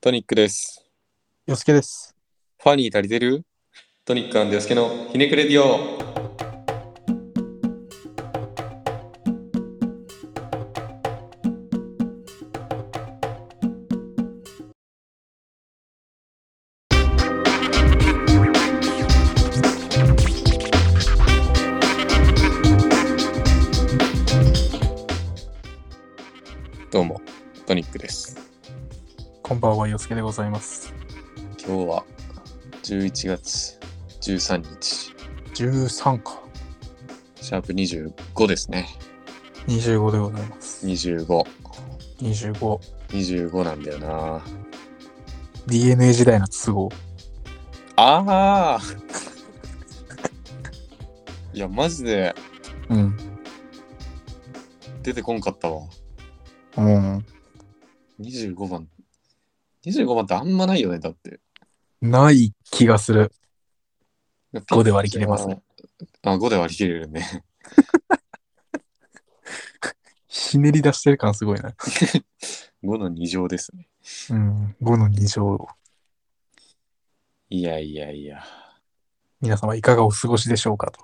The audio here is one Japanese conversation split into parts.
トニックです。 よすけです。 ファニー足りてる？トニック&ヨスケのひねくれディオ。どうも、トニックです。 こんばんは、よすけでございます。 今日は11月13日。 13か。 シャープ25ですね。 25でございます。 25。 25。 25なんだよな。 DNA 時代の都合。 ああいや、マジでうん。 出てこんかったわ。 うん。 25番。25番ってあんまないよね、だって。 ない気がする。 ピッ 5で割り切れますね。 あ、5で割り切れるね。 ひねり出してる感すごいな。 5の2乗ですね。 うん。5の2乗。 いやいやいや。 皆様いかがお過ごしでしょうかと。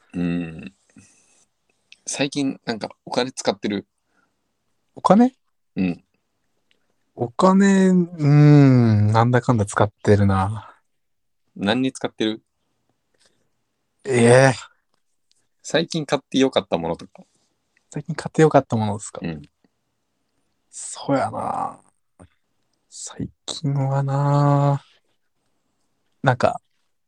最近なんかお金使ってる？ お金うん。 お金、なんだかんだ使ってるな。 何に使ってる？ ええ最近買ってよかったものとか。 最近買ってよかったものですか？ うん。 そうやな。最近はな。なんか、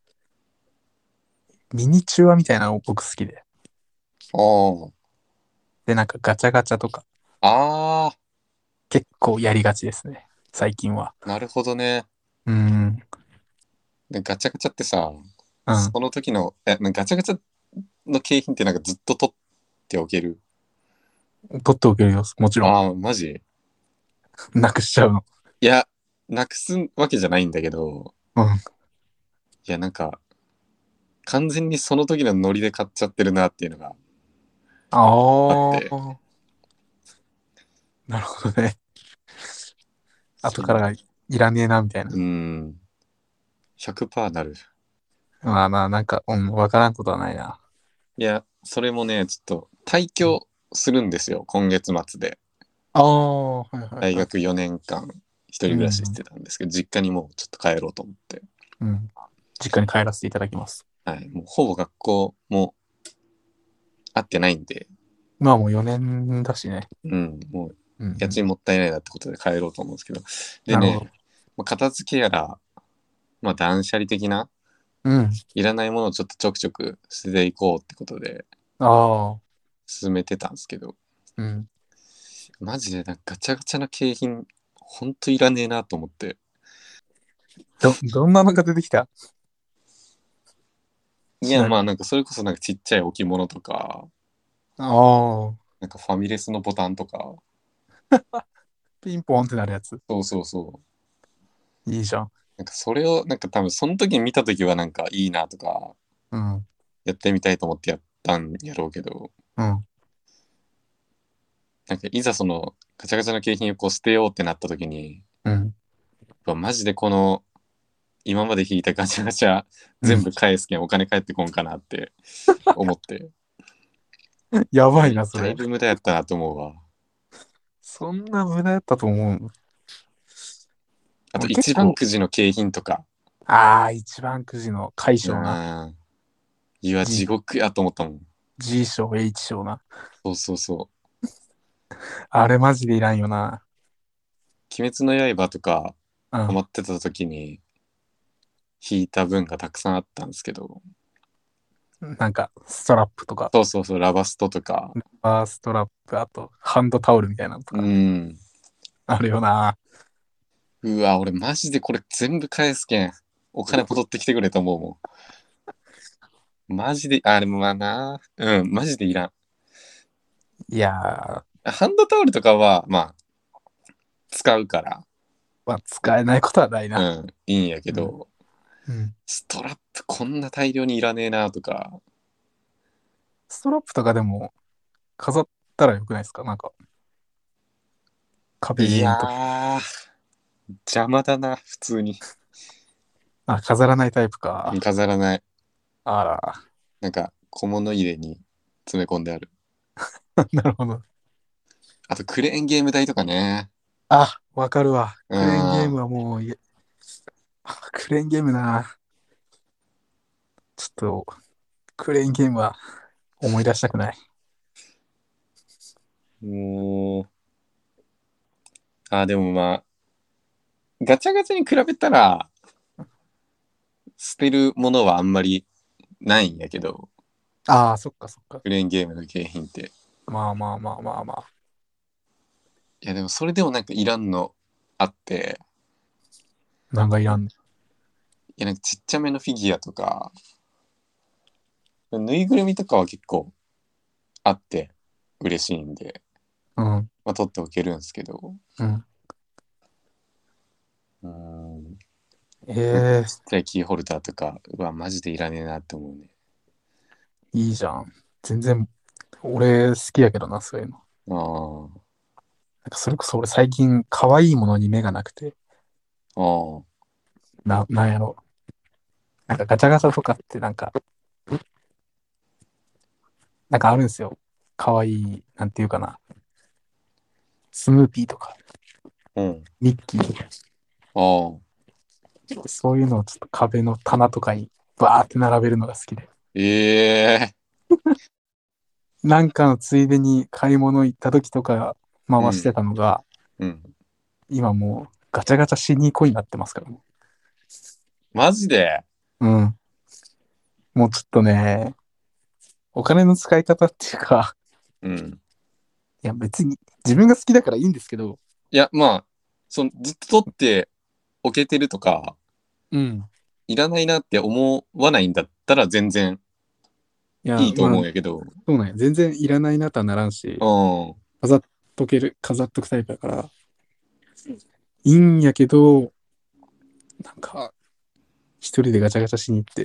ミニチュアみたいなの僕好きで。 あで、なんかガチャガチャとかあ。あ結構やりがちですね。最近は。 なるほどね。 うん。 でガチャガチャってさ、 うん。 その時の、ガチャガチャの景品ってなんかずっと取っておける？ 取っておけるよ。もちろん。 ああ、マジ？ なくしちゃうの。 いや、なくすわけじゃないんだけど、 うん。 いや、なんか、完全にその時のノリで買っちゃってるなっていうのがあっあて、 あ、なるほどね。後その、 からいらねえな、みたいな。 100%なる。 まあまあ、なんか、わからんことはないな。 いや、それもね、ちょっと退うん、 去するんですよ、今月末で。 ああ、はいはいはい。 大学4年間一人うん。 暮らししてたんですけど、実家にもうちょっと帰ろうと思って。 うん。実家に帰らせていただきます。 はい。もうほぼ学校も会ってないんで、 まあもう4年だしね。 もううんうん。 家賃もったいないなってことで帰ろうと思うんですけど。でね、 なるほど。 片付けやら、断捨離的な、 うん。 いらないものをちょっとちょくちょく捨てていこうってことでああ、 進めてたんですけど、 うん。 マジでなんかガチャガチャな景品、ほんといらねえなと思って。 どんなのが出てきた？ いや、 ちなみに。 なんかそれこそなんかちっちゃい置物とか、 ああ、 なんかファミレスのボタンとか、 ピンポンってなるやつ。 そうそうそう。 いいじゃん。 なんかそれをなんか多分その時に見た時はなんかいいなとかうん。 やってみたいと思ってやったんやろうけど、 うん。 なんかいざそのガチャガチャの景品をこう捨てようってなった時に、 うん。 マジでこの今まで引いたガチャガチャうん。 全部返すけんお金返ってこんかなって思って、 やばいな、それ。 だいぶ無駄やったなと思うわ。 そんな無駄やったと思う。 あと俺結構、 一番くじの景品とか、 一番くじの解う消な。 ん、いや地 G、 獄やと思ったもん。 G 賞、H 賞な。 そうそうそう。 あれマジでいらんよな。 鬼滅の刃とかうん。 ハマってた時に引いた分がたくさんあったんですけど、 なんか、ストラップとか、 そうそうそう、ラバストとか、 ストラップ、あと、ハンドタオルみたいなのとうか、 ん。 あるよな。 うわ、俺マジでこれ全部返すけん。お金戻ってきてくれと思うもん。マジで、でもマジでいらん。 いやハンドタオルとかは、使うから、 使えないことはないな。 いいんやけうん。 ど、 うん。 ストラップこんな大量にいらねえなとか、 ストラップとかでも、飾ったらよくないですか？なんか、 い壁にとか。 やー、 邪魔だな、普通に。 あ、飾らないタイプか。 飾らない。 あら。 なんか、小物入れに詰め込んである。 なるほど。 あと、クレーンゲーム台とかね。 あ、わかるわ。 うクレーンゲーん。 ムはもう、クレーンゲームな。ちょっと、クレーンゲームは思い出したくない。 もでもまあ、ガチャガチャに比べたら、捨てるものはあんまりないんやけど、 ああ、そっかそっか。 クレーンゲームの景品って。 まあまあまあまあまあ。 いや、でもそれでもなんかいらんのあって、 なんかいらん。 いや、なんかちっちゃめのフィギュアとか、ぬいぐるみとかは結構あって嬉しいんで、 うん。 まあ、取っておけるんですけど、 うん。 うん、 ええちっちゃいキーホルダーとか、うわ、マジでいらねえなって思うね。 いいじゃん。全然、俺好きやけどな、そういうの。 あなんかそれこそ俺最近可愛いものに目がなくて、 あ、ああ、 なんやろ。なんかガチャガチャとかってなんかあるんですよ。可愛い、なんていうかな。スヌーピーとか、 うん、 ミッキーとか、 ああ、 そういうのをちょっと壁の棚とかにバーって並べるのが好きで。 ええなんかのついでに買い物行った時とか回してうん、 たのが、 うん。 今もうガチャガチャしにくいになってますからね。 マジでうん。もうちょっとね、お金の使い方っていうか、 うん。 いや別に自分が好きだからいいんですけど、 いや、まあ、ずっと取っておけてるとか、 うん。 いらないなって思わないんだったら全然いや、 いいとまあ、 思うんやけど、 そうなんや。全然いらないなとはならんし、 うん、 飾っとくタイプだから、いいんやけど、なんか、一人でガチャガチャしに行って、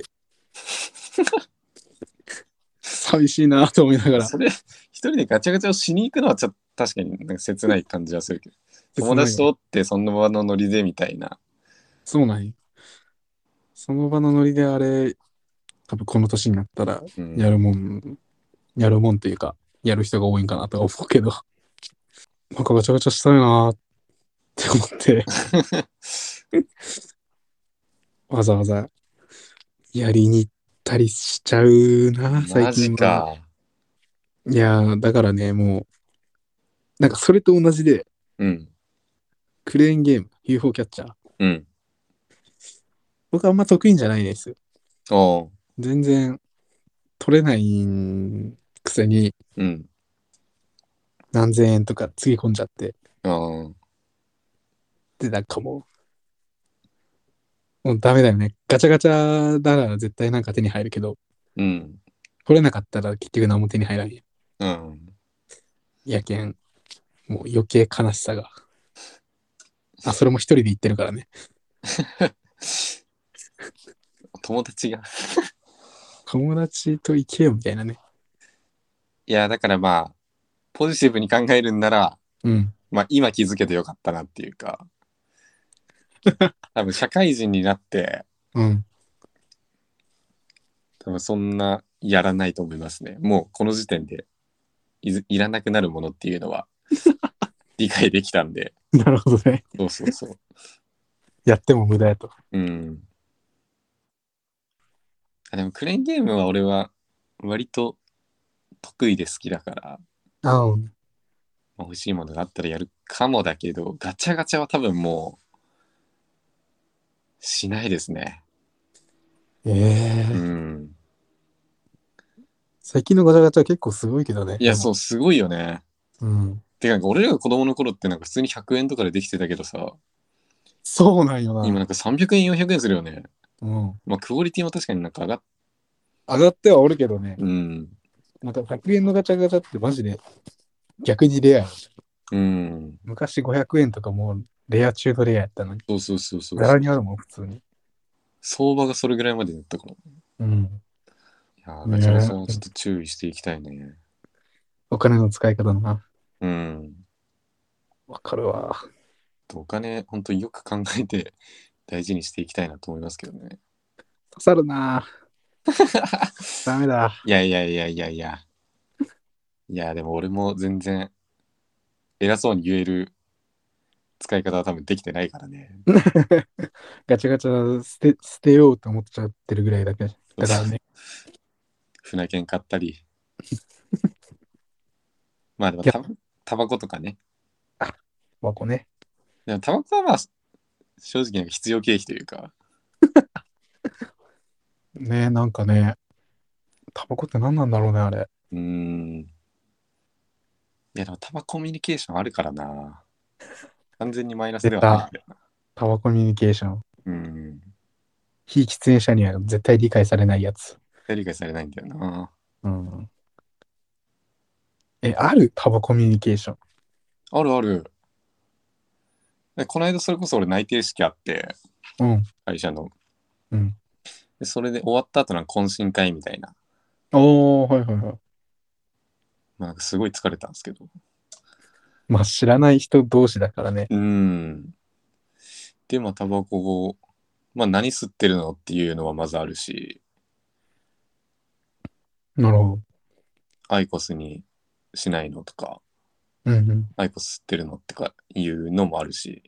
寂しいなと思いながら、 それ、一人でガチャガチャをしに行くのはちょっと確かになんか切ない感じはするけど、友切ないよ。 達とおってその場のノリでみたいな。 そうなんよ。その場のノリであれ、多分この年になったら、 うん。 やるもん、やるもんというか、やる人が多いんかなとは思うけど、なんかガチャガチャしたいなって思って、わざわざやりに行ったりしちゃうな、最マジ近は。 か。 いやー、だからね、もう、なんかそれと同じで、 うん。 クレーンゲーム、UFO キャッチャー。 うん。 僕あんま得意んじゃないです。 おう。 全然取れないくせにうん。 何千円とかつぎ込んじゃって。 ああ。 で、なんかもうダメだよね。ガチャガチャなら絶対なんか手に入るけど、 うん。 取れなかったら結局何も手に入らない。 うん。 やけん、もう余計悲しさが。あ、それも一人で行ってるからね。 友達が。 友達と行けよみたいなね。 いや、だからまあ、ポジティブに考えるんなら、 うん。 まあ今気づけてよかったなっていうか、多分社会人になって、 うん。 多分そんなやらないと思いますね。もうこの時点でいらなくなるものっていうのは理解できたんで。 なるほどね。 そうそうそう。 やっても無駄やと。 うん。でもクレーンゲームは俺は割と得意で好きだから、 あうん。 まあ欲しいものがあったらやるかもだけど、ガチャガチャは多分もうしないですね。うええん。 最近のガチャガチャ結構すごいけどね、 いや、そう、 でも。 すごいよね。 うん。 てか、なんか俺らが子供の頃ってなんか普通に100円とかでできてたけどさ、 そうなんよな。 今なんか300円、400円するよね。 うん。 まあ、クオリティも確かになんか上がっ、 上がってはおるけどね。 うん。 なんか100円のガチャガチャってマジで逆にレアや。 うん。 昔500円とかもうレア中のレアやったのに。 そうそうそうそうそう。 ざらにあるもん、普通に。 相場がそれぐらいまでだったから。いうん。 やー、ガチャガチャはちょっねえ。 と注意していきたいね。 お金の使い方だな。 うん。 わかるわ。 お金、本当によく考えて大事にしていきたいなと思いますけどね。 刺さるなぁ。ダメだ。 いやいやいやいやいや。いや、でも俺も全然偉そうに言える使い方は多分できてないからね。 ガチャガチャ捨てようと思っちゃってるぐらいだからね。 船券買ったり。まあでもいや、 タバコとかね。 あ、タバコね。 でもタバコはまあ正直なんか必要経費というか。 ね、なんかね、タバコって何なんだろうね、あれ。 うーん。いやでもタバコミュニケーションあるからな。完全にマイナスではないん出た。 だよな。 タバココミュニケーション。 うん。 非喫煙者には絶対理解されないやつ。 理解されないんだよな。 うん。あるタバココミュニケーション。 あるある。でこの間それこそ俺内定式あって、 うん。 会社の。 うん。 でそれで終わった後の懇親会みたいな。 おー、はいはいはい。 まあなんかすごい疲れたんですけど。 まあ知らない人同士だからね。 うーん。で、まあタバコを、まあ何吸ってるのっていうのはまずあるし、 なるほど。 アイコスにしないのとか、 うんうん。 アイコス吸ってるのってかいうのもあるし、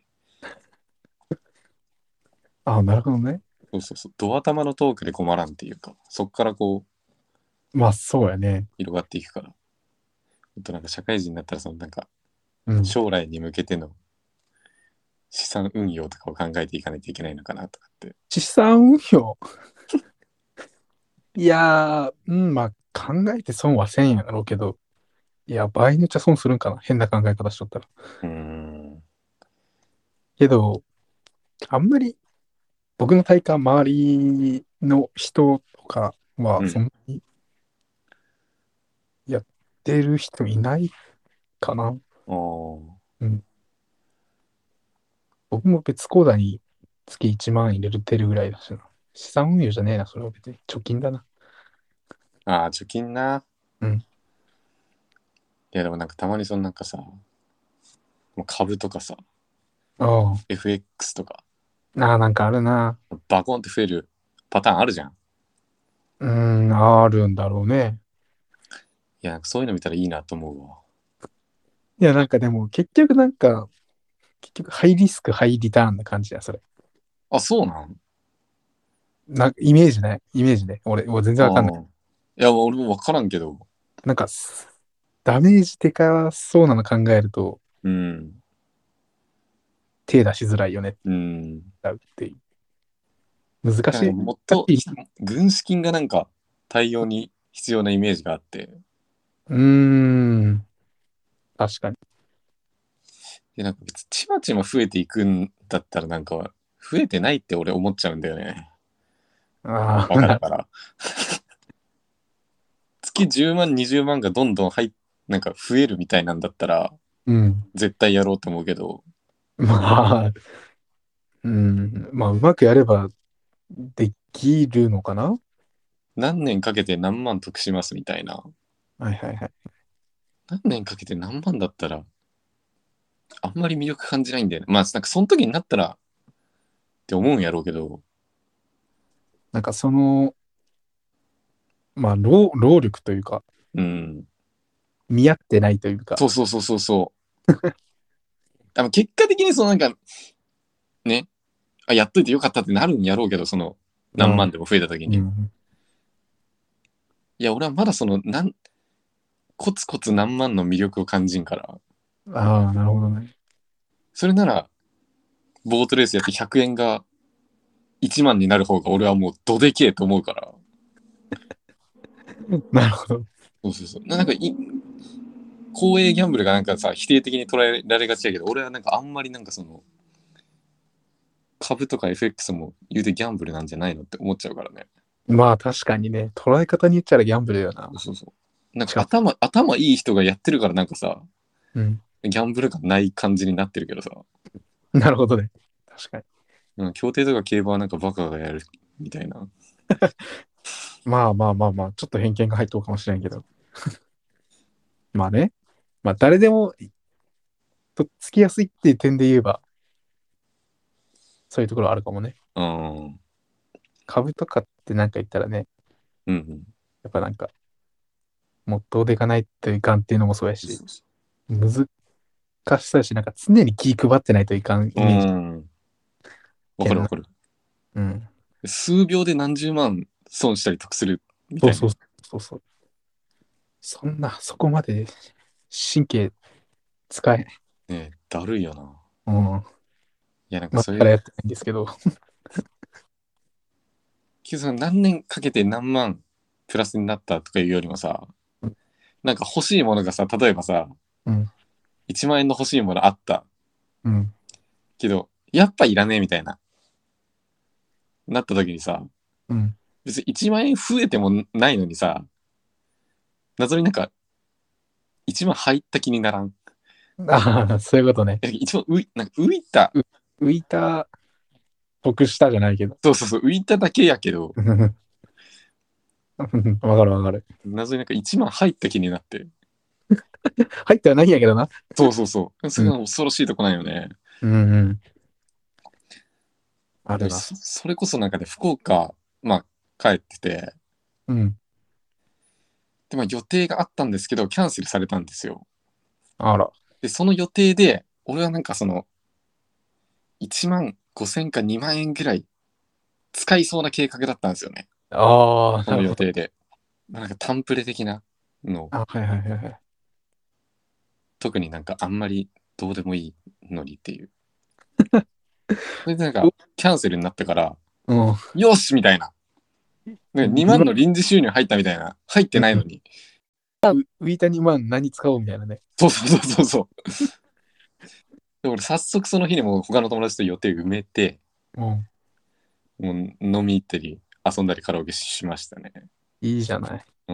あ、なるほどね。 そうそうそう、ドア玉のトークで困らんっていうか、そっからこうまあそうやね。 広がっていくから、あとなんか社会人になったらそのなんかうん。 将来に向けての資産運用とかを考えていかないといけないのかなとかって。 資産運用。いやー、うん、まあ考えて損はせんやろうけど、いや、場合によっちゃ損するんかな。変な考え方しとったら。 うーん。 けど、あんまり僕の体感、周りの人とかは、そうん。 んなにやってる人いないかな。 ああ。 うん。僕も別口座に月1万入れてるぐらいだしな。資産運用じゃねえな、それは別に。貯金だな。 ああ、貯金な。 うん。 いやでもなんかたまにそのなんかさ、もう株とかさ、 あ FX とか、 あ。ああ、なんかあるな。 バコンって増えるパターンあるじゃん。 うーん、あるんだろうね。 いや、なんかそういうの見たらいいなと思うわ。 いや、なんかでも、結局、ハイリスク、ハイリターンな感じや、それ。 あ、そうなん。 イメージね。イメージね。俺全然わかんない。 ああ。いや、俺もわからんけど。 なんか、ダメージでかそうなの考えると、 うん。 手出しづらいよね。 うん。 っていう。難しい。 なんかもっと難しい。 軍資金がなんか対応に必要なイメージがあって、 うーん。確かに。 で、なんか別にちまちま増えていくんだったらなんか増えてないって俺思っちゃうんだよね。 ああ、 バカだから。月10万、20万がどんどんなんか増えるみたいなんだったらうん。 絶対やろうと思うけど、 まあ、うん。まあ、うまくやればできるのかな。 何年かけて何万得しますみたいな。 はいはいはい。 何年かけて何万だったらあんまり魅力感じないんだよね。まあなんかその時になったらって思うんやろうけど、 なんかまあ、労力というか、 うん。 見合ってないというか。 そうそうそうそうそう。結果的にそのなんかね、やっといてよかったってなるんやろうけど、その何うん。 万でも増えた時に。 うん。 いや、俺はまだそのコツコツ何万の魅力を感じんから、 ああ、なるほどね。 それならボートレースやって100円が1万になる方が俺はもうどでけえと思うから。 なるほど。 そうそうそう。なんか公営ギャンブルがなんかさ、否定的に捉えられがちやけど、俺はなんかあんまりなんかその、株とか FX も言うてギャンブルなんじゃないのって思っちゃうからね。 まあ、確かにね、捉え方に言っちゃらギャンブルよな。 そうそう。なんかしかも、 頭いい人がやってるからなんかさ、 うん。 ギャンブルがない感じになってるけどさ、 なるほどね。確かに。 うん、競艇とか競馬はなんかバカがやるみたいな。 まあまあまあまあ、ちょっと偏見が入っとうかもしれんけど。まあね。まあ、誰でもとっつきやすいっていう点で言えば、 そういうところあるかもね。 うん。うん株とかってなんか言ったらね、 うん。 やっぱなんか、もっとでかないといかんっていうのもそうやし、 そうそ難しさやし、なんか常に気配ってないといかんう。うイメージん。わけんな。 かるわかる。 うん。 数秒で何十万損したり得するみたいな。 そうそうそうそう。そんな、そこまで神経使え。 ねえ、だるいよな。 うん。 いや、なんかまあ、 それ、 だからやってないんですけど。 キさん何年かけて何万プラスになったとかいうよりもさ、なんか欲しいものがさ、例えばさ、 うん。 1万円の欲しいものあったうん。 けど、やっぱいらねえみたいな、なった時にさ、 うん。 別に1万円増えてもないのにさ、謎になんか1万入った気にならん。 ああ、そういうことね。 一番なんか浮いた、 う浮いた、得したじゃないけど。 そうそうそう、浮いただけやけど、 わかるわかる。 謎になんか1万入った気になって。 入ってはないんやけどな。 そうそうそう。そうん。 れが恐ろしいとこないよね。 うんうん。あるな。 それこそなんかね、福岡、まあ、帰ってて、 うん。 で、まあ予定があったんですけど、キャンセルされたんですよ。 あら。 で、その予定で、俺はなんかその、1万5千か2万円ぐらい使いそうな計画だったんですよね。 ああ、 そのなるほど。 予定で。まあ、なんかタンプレ的なの、 あ、はいはいはいはい。 特になんかあんまりどうでもいいのにっていう。それでなんうか、キャンセルになったから、 うん。 よしみたいな。2万 2万、 の臨時収入入ったみたいな。入ってないのに。 浮いた2万何使おうみたいなね。 そうそうそうそうそう。で俺早速その日にもう他の友達と予定埋めて、 うん。 もう飲み行ったり遊んだりカラオケしましたね。 いいじゃない。 うん。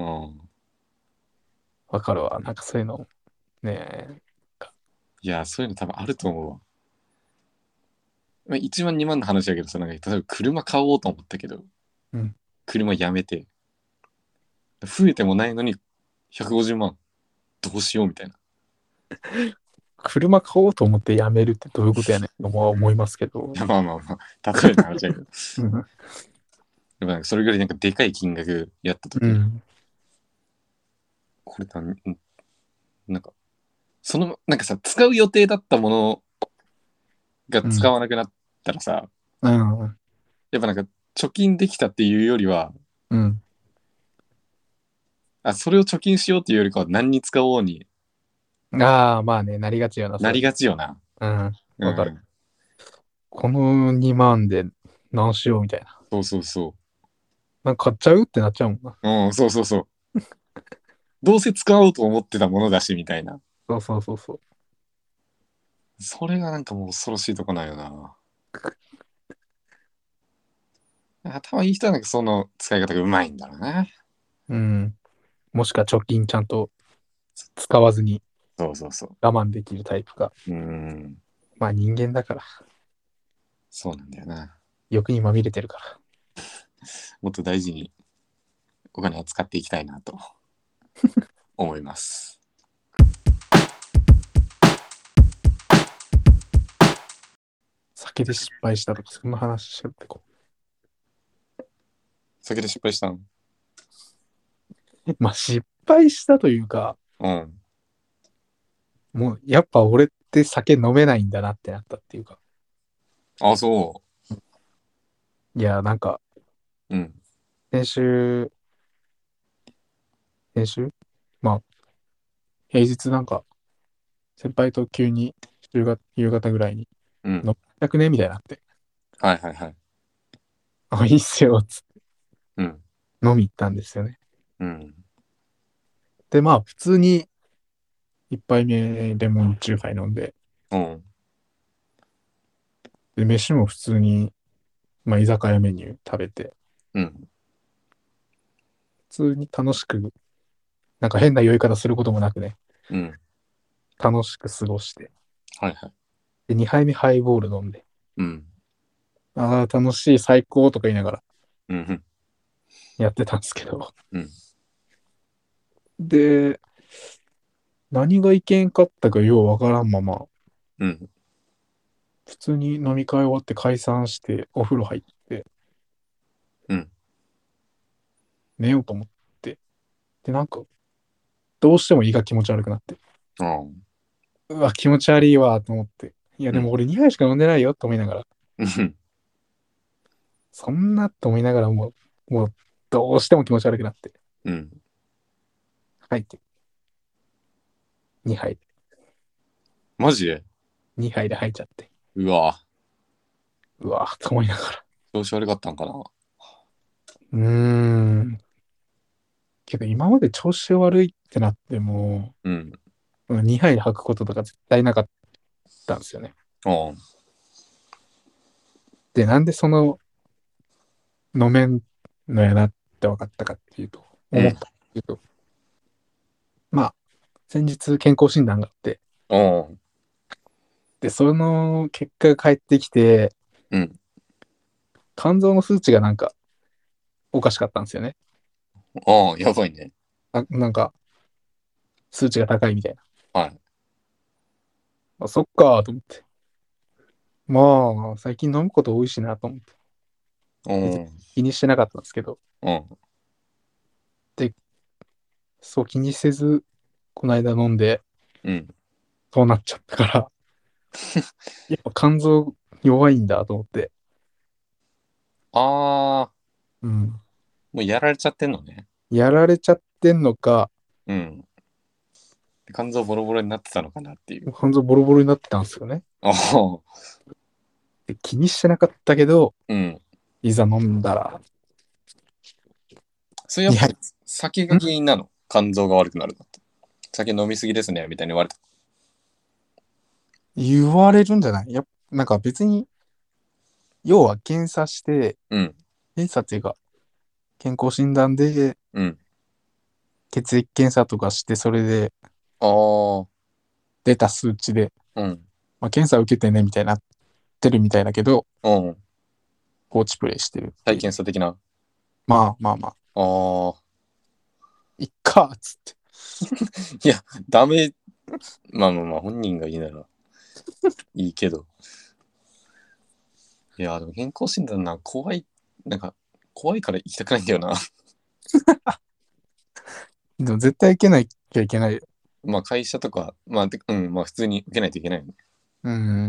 わかるわ。なんかそういうの、ねいや、そういうの多分あると思うわ。まあ1万2万の話だけどさ、なんか例えば車買おうと思ったけど、 うん。 車やめて、増えてもないのに150万どうしようみたいな。 車買おうと思ってやめるってどういうことやねんとも思いますけど。 いやまあまあまあ、例えの話だけど。 うん。 でもなんかそれぐらいなんかでかい金額やった時に、 うん。 これなんか、その、なんかさ、使う予定だったものがうん。 使わなくなったらさ、 うん。 やっぱなんか貯金できたっていうよりは、 うん。 それを貯金しようっていうよりかは何に使おうにああ、まあね、なりがちよな、 なりそれ。 がちよな。 うん。わかる。 うん。 この2万で何しようみたいな。 そうそうそなんか買っちゃうってなっちゃうもんな。 う。うん、そうそうそう。どうせ使おうと思ってたものだし、みたいな。 そうそうそうそう。 それがなんかもう恐ろしいとこなんよな。頭いい人はなんかその使い方がうまいんだろうな。 うん。もしくは貯金ちゃんと使わずにそうそうそ我慢できるタイプか。 う。うん。 まあ人間だから。 そうなんだよな。 欲にまみれてるから。 もっと大事にお金を使っていきたいなと思います。 酒で失敗したとか、そんな話しちゃってこ酒で失敗したの？ う。まあ失敗したというか、 うん。 もうやっぱ俺って酒飲めないんだなってなったっていうか。 あ、そいや、なんか、 う。うん。 先週、先週まあ、平日なんか、先輩と急に夕方ぐらいに飲うん。 みたくねみたいになって。 はいはいはい。 あ、いいっすよ、つってうん。 飲み行ったんですよね。 うん。 で、まあ、普通に一杯目レモンチューハイ飲んで、 うん。 で、飯も普通に、まあ、居酒屋メニュー食べて、 うん。 普通に楽しく、なんか変な酔い方することもなくね、 うん。 楽しく過ごして、 はいはい。 で、2杯目ハイボール飲んで、 うん。 ああ、楽しい、最高とか言いながらうん。 やってたんですけど、 うん。 で、何がいけんかったかようわからんまま、 うん。 普通に飲み会終わって解散してお風呂入ってうん。 寝ようと思って、で、なんかどうしても胃が気持ち悪くなって、 ああ。 うわ、気持ち悪いわと思って、いやうん。 でも俺2杯しか飲んでないよと思いながら、 うん。 そんなと思いながらもうどうしても気持ち悪くなって、 うん。 入って2杯、 マジで？ 2杯で入っちゃって、 うわ。 うわと思いながら。 調子悪かったんかな。 うーん。けど今まで調子悪いってなっても、 うん。 2杯吐くこととか絶対なかったんですよね。 ああ。 で、なんでその飲めんのやなって分かったかっていうと、 うん。 思ったっていうと、まあ、先日健康診断があって、 ああ。 で、その結果が返ってきて、 うん。 肝臓の数値がなんかおかしかったんですよね。 ああ、やばいね。 なんか数値が高いみたいな。 はい。 あ、そっかーと思って。まあ、最近飲むこと多いしなと思って。別にうん。 気にしてなかったんですけど、 うん。 で、そう気にせず、この間飲んで、 うん。 そうなっちゃったから、やっぱ肝臓弱いんだと思って、 ああ、 うん。 もうやられちゃってんのね。 やられちゃってんのか、 うん。肝臓ボロボロになってたのかなっていう。 肝臓ボロボロになってたんですよね。 ああ。 で気にしてなかったけど、 うん。 いざ飲んだら、 それやっぱいや、 酒が原因なの？肝臓が悪くなるのって。酒飲みすぎですね、みたいに言われた。 言われるんじゃないなんか別に、要は検査して、 うん。 検査っていうか、健康診断でうん。 血液検査とかして、それでああ。 出た数値で、 うん。 まあ、検査受けてね、みたいになってるみたいだけど、 うん。 放置プレイしてるって体いう。 検査的な。 まあまあまあ、 ああ。 いっか、っつって。 いや、ダメ。まあまあまあ、本人がいいならいいけど。いや、でも健康診断な、怖い。なんか、怖いから行きたくないんだよな。 でも絶対受けなきゃいけないよ。 まあ、会社とか、まあ、うん、まあ、普通に受けないといけないよね。 うん。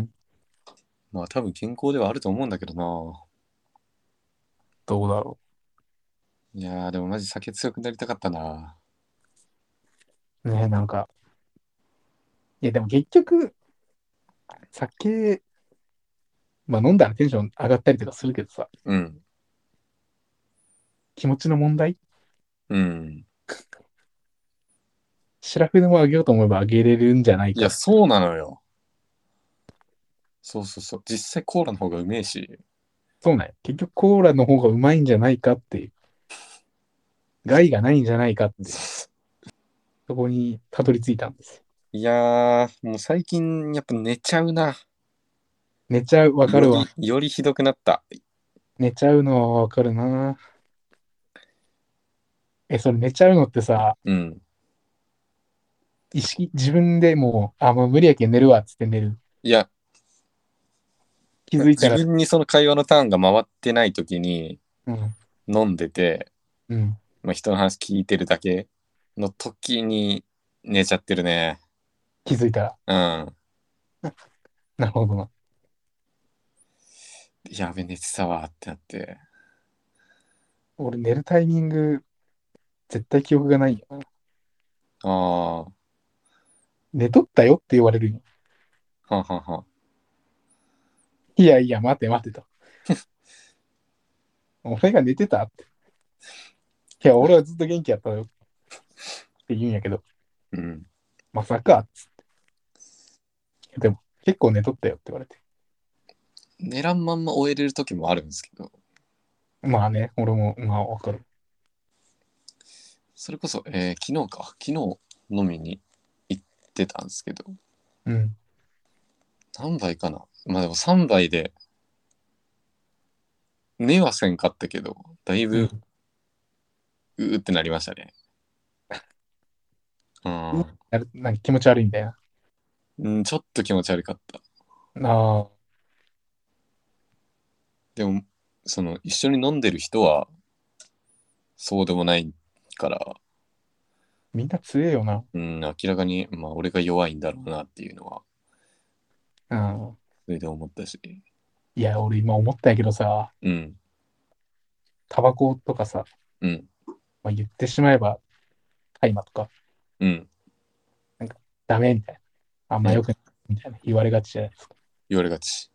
まあ、多分健康ではあると思うんだけどな。 どうだろいやー、でもマジ酒強くなりたかったな。 う。ねなんか、いやでも結局、酒、まあ飲んだらテンション上がったりとかするけどさ、 うん。 気持ちの問題うん。 シラフでも上げようと思えば上げれるんじゃないいや、 か。 そうなのよ。そうそうそう。実際コーラの方がうめえし。 そうなんよ。結局コーラの方がうまいんじゃないかっていう、害がないんじゃないかっていう、そこにたどり着いたんですよ。 いやー、もう最近やっぱ寝ちゃうな。 寝ちゃう、わかるわ。 よりひどくなった。 寝ちゃうのはわかるな。それ寝ちゃうのってさ、 うん。 自分でもう、あ、もう無理やけん寝るわっつって寝る。 いや、自気づいたら、 分にその会話のターンが回ってない時にうん、 飲んでて、 うん、 まあ、人の話聞いてるだけの時に寝ちゃってるね。 気づいたら。 うん。 なるほどな。 やべ、寝てたわってなって。 俺寝るタイミング、絶対記憶がないよな。 ああ、 寝とったよって言われるよ。 はんはんはん。 いやいや、待て待てと。俺が寝てたって。いや、俺はずっと元気やったよって言うんやけど、 うん。 まさかっつって。でも、結構寝とったよって言われて。 寝らんまんま終えれる時もあるんですけど、 まあね、俺も、まあわかる。 それこそ、昨日飲みに行ってたんですけど、 うん。 何杯かな。まあでも3杯で、寝はせんかったけど、だいぶ、 うん。 うーってなりましたね。ううんん。 なんか気持ち悪いみたいな。 うん、ちょっと気持ち悪かった。 ああ。 でも、その一緒に飲んでる人はそうでもないから、 みんな強えよな。 明らかに、まあ俺が弱いんだろうなっていうのは、 うん。 それで思ったし。 いや、俺今思ったんやけどさ、 うん、 タバコとかさ、 うん、 まあ、言ってしまえば大麻とか、 うん、 なんかダメみたいな。あんうん、 まよくないみたいな言われがちじゃないですか。 言われがち。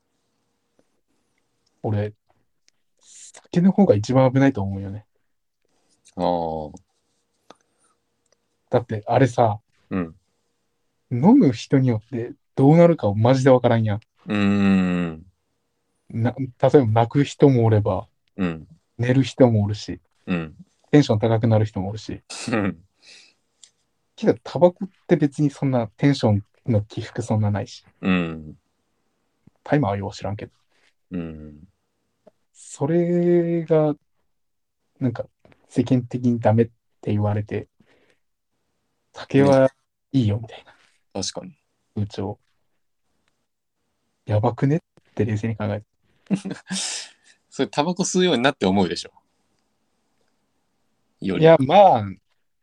俺、酒の方が一番危ないと思うよね。 ああ、 だってあれさ、 うん、 飲む人によってどうなるかマジでわからんやん。 うーん、 例えば泣く人もおれば、 うん、 寝る人もおるし、 うん、 テンション高くなる人もおるし。 うん、 けどタバコって別にそんなテンションの起伏そんなないし。 うん、 タイマーはよう知らんけど。 うん、 それが、なんか世間的にダメって言われて、酒ね、 はいいよみたいな確かに。 風潮。やばくねって冷静に考えて。 それタバコ吸うようになって思うでしょ。より。 いや、まあ、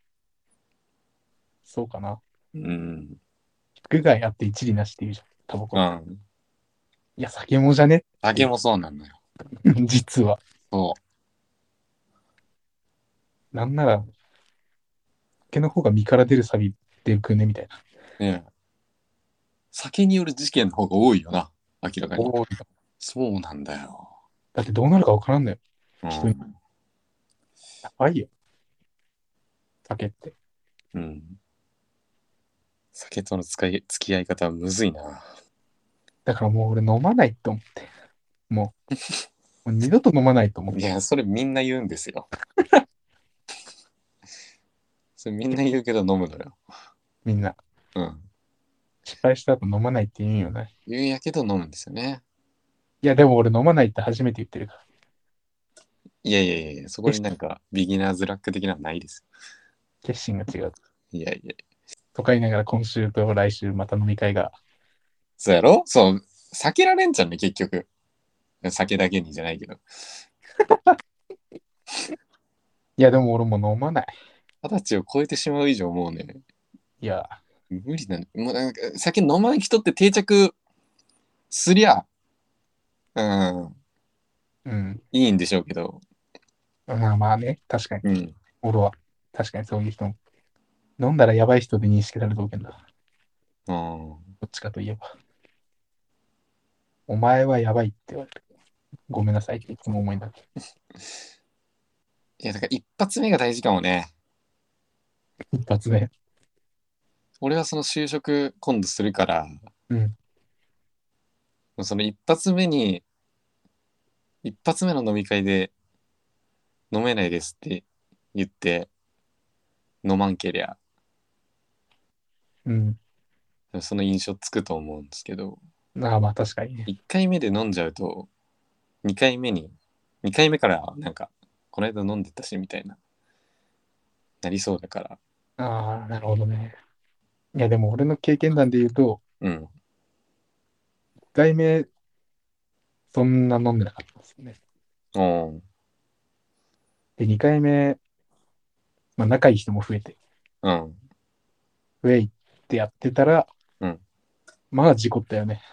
そうかな。 うん、 区外あって一理なしって言うじゃん、タバコって。 うん。 いや、酒もじゃねっていう。 酒もそうなんだよ。 実は。 そなんなら、酒の方が身から出る錆びてくねみたいな。 う。ね、酒による事件の方が多いよな。明らかに。 おーそうなんだよ。 だってどうなるかわからんのよ。 う人に。 ん。 やばいよ、酒って。 うん。酒との付き合い方はむずいな。 だからもう俺飲まないと思って。もう二度と飲まないと思って。 いや、それみんな言うんですよ。それみんな言うけど飲むのよ。 みんな。 うん。 失敗した後飲まないって言うんよね。 言うんやけど飲むんですよね。 いや、でも俺飲まないって初めて言ってるから。 いやいやいやいや、そこになんかビギナーズラック的なのないです。 決心が違う。 いやいや。 とか言いながら今週と来週また飲み会が。 そうやろそう。避けられんじゃんね、結局。酒だけにじゃないけど。 いや、でも俺も飲まない。 20歳を超えてしまう以上もうね、 いや、 無理なの。もうなんか酒飲まない人って定着すりゃ、うん、 うん。 いいんでしょうけど、 まあまあね、確かに。 うん。 俺は。確かにそういう人も。飲んだらやばい人で認識されるとけんだ。 うん。 どっちかといえば。お前はやばいって言われる。ごめんなさいっていつも思いながら。 いや、だから一発目が大事かもね。 一発目。 俺はその就職今度するから、 うん。 その一発目の飲み会で飲めないですって言って飲まんけりゃ、 うん。 その印象つくと思うんですけど、 ああ、まあ確かにね。 1回目で飲んじゃうと、2回目からなんか、この間飲んでたしみたいな、なりそうだから、 ああ、なるほどね。いや、でも俺の経験談で言うと、 うん。 1回目、そんな飲んでなかったんですよね。 おー、 で、2回目、まあ仲いい人も増えて、 うん。 ウェイってやってたら、 うん。 まあ事故ったよね。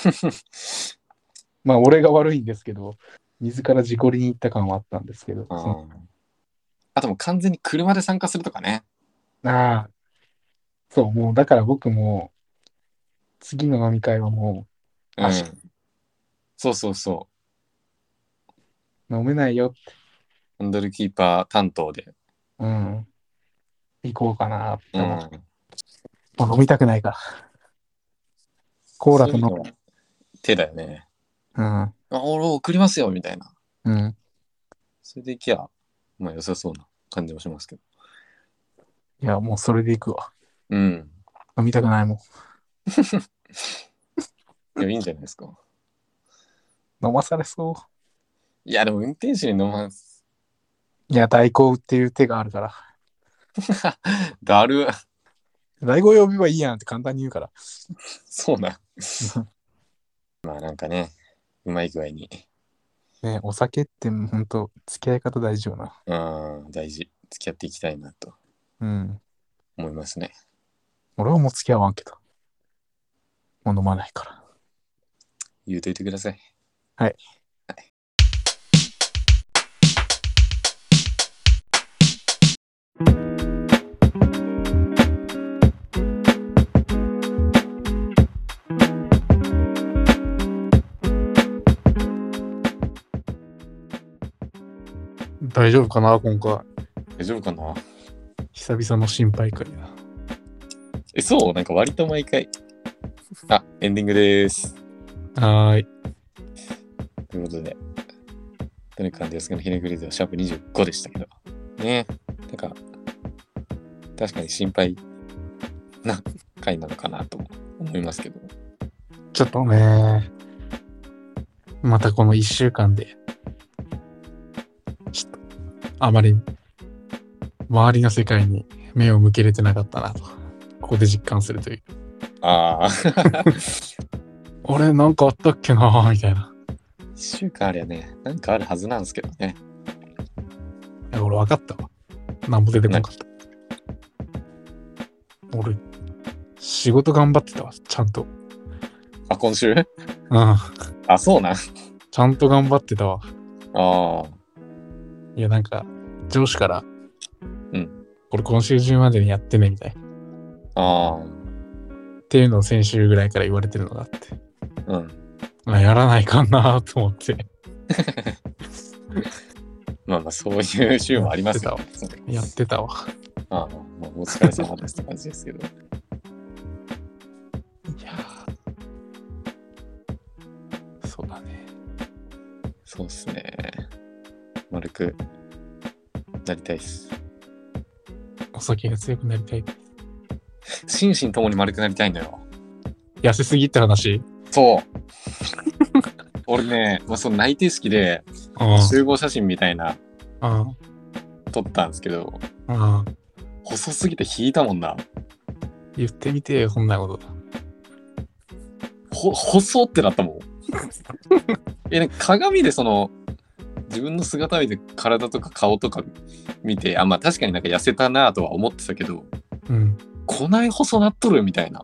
まあ俺が悪いんですけど、自ら事故りに行った感はあったんですけど、 あともう完全に車で参加するとかね。 ああ、そう、もうだから僕も、次の飲み会はもう、足うん。そうそうそ飲めないよ。 う。ハンドルキーパー担当で。 うん、行こうかなっうて思って。 ん。 もう飲みたくないから。コーラと飲そういうのは手だよね。 む。うん、 俺送りますよ、みたいな。 うん。 それで行きゃ、まあ良さそうな感じもしますけど。 いや、もうそれで行くわ。 うん。 飲みたくないもん。 いや、いいんじゃないですか。 飲まされそいや、でも運転手に飲ます。 う。いや、代行っていう手があるから。 だる。 代行呼べばいいやんって簡単に言うから。 そうな。まあなんかね、うまい具合に。 ね、お酒ってほんと付き合い方大事よな。 大事。付き合っていきたいなとうん。 思いますね。 俺はもう付き合わんけど。もう飲まないから。 言うといてください。 はい。大丈夫かな今回。 大丈夫かな。 久々の心配会だ。 そうなんか割と毎回。エンディングです。 はーい。 ということで、とにかくですけど、ひねくりではシャープ25でしたけど。ね。なんか、確かに心配な回なのかなと思いますけど。 ちょっとね、またこの1週間で、ちょっと、あまり、周りの世界に目を向けれてなかったなと、ここで実感するという。俺なんかあったっけなみたいな。 1週間ありゃね、なんかあるはずなんですけどね。 いや、俺分かったわ。なんも出てこなかった。俺、仕事頑張ってたわ、ちゃんと。 今週うん。 そうなん。 ちゃんと頑張ってたわ。いや、なんか、上司から、これ今週中までにやってね、みたいな。っていうのを先週ぐらいから言われてるのがあって。やらないかなと思って。 まあそういう週もありますよね。 やってたわ。 お疲れ様ですって感じですけど。いやそうだね。 そうっすね。丸くなりたいっす。 お酒が強くなりたい。 心身ともに丸くなりたいんだよ。 痩せすぎって話？ そう。俺ね、その内定式で集合写真みたいな撮ったんですけど、細すぎて引いたもんな。 言ってみてよ、そんなこと。 細ってなったもん。なんか鏡でその自分の姿見て体とか顔とか見て、まあ確かになんか痩せたなとは思ってたけど、こない細なっとるみたいな。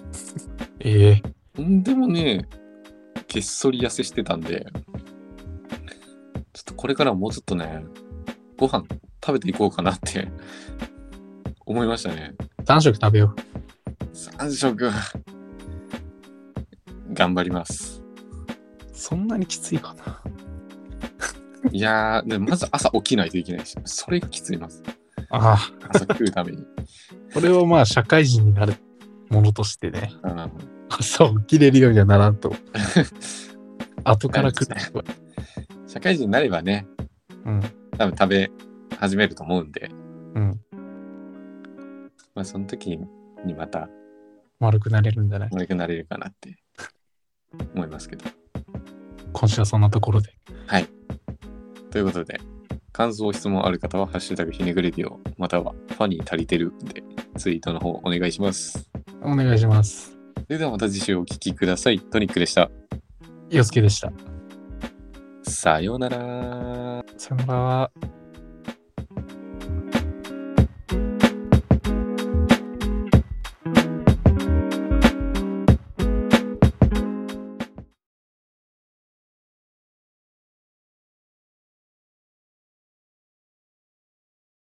とんでもねげっそり痩せしてたんで、ちょっとこれからもうちょっとね、ご飯食べていこうかなって思いましたね。 3食食べよう。3食頑張ります。 そんなにきついかな。 いやー、でもまず朝起きないといけないし、それがきついます。朝食うために。 これをまあ社会人になるものとしてね。朝起きれるようにはならんと。後から来る。 社会人になればね、多分食べ始めると思うんで、まあその時にまた丸くなれるんじゃない？ 丸くなれるかなって思いますけど。 今週はそんなところで。 はい。ということで、感想、質問ある方は、ハッシュタグひねぐれディオ、またはファニー足りてるで、ツイートの方お願いします。 お願いします。 それではまた次週お聞きください。トニックでした。 よすけでした。 さようなら。 さようなら。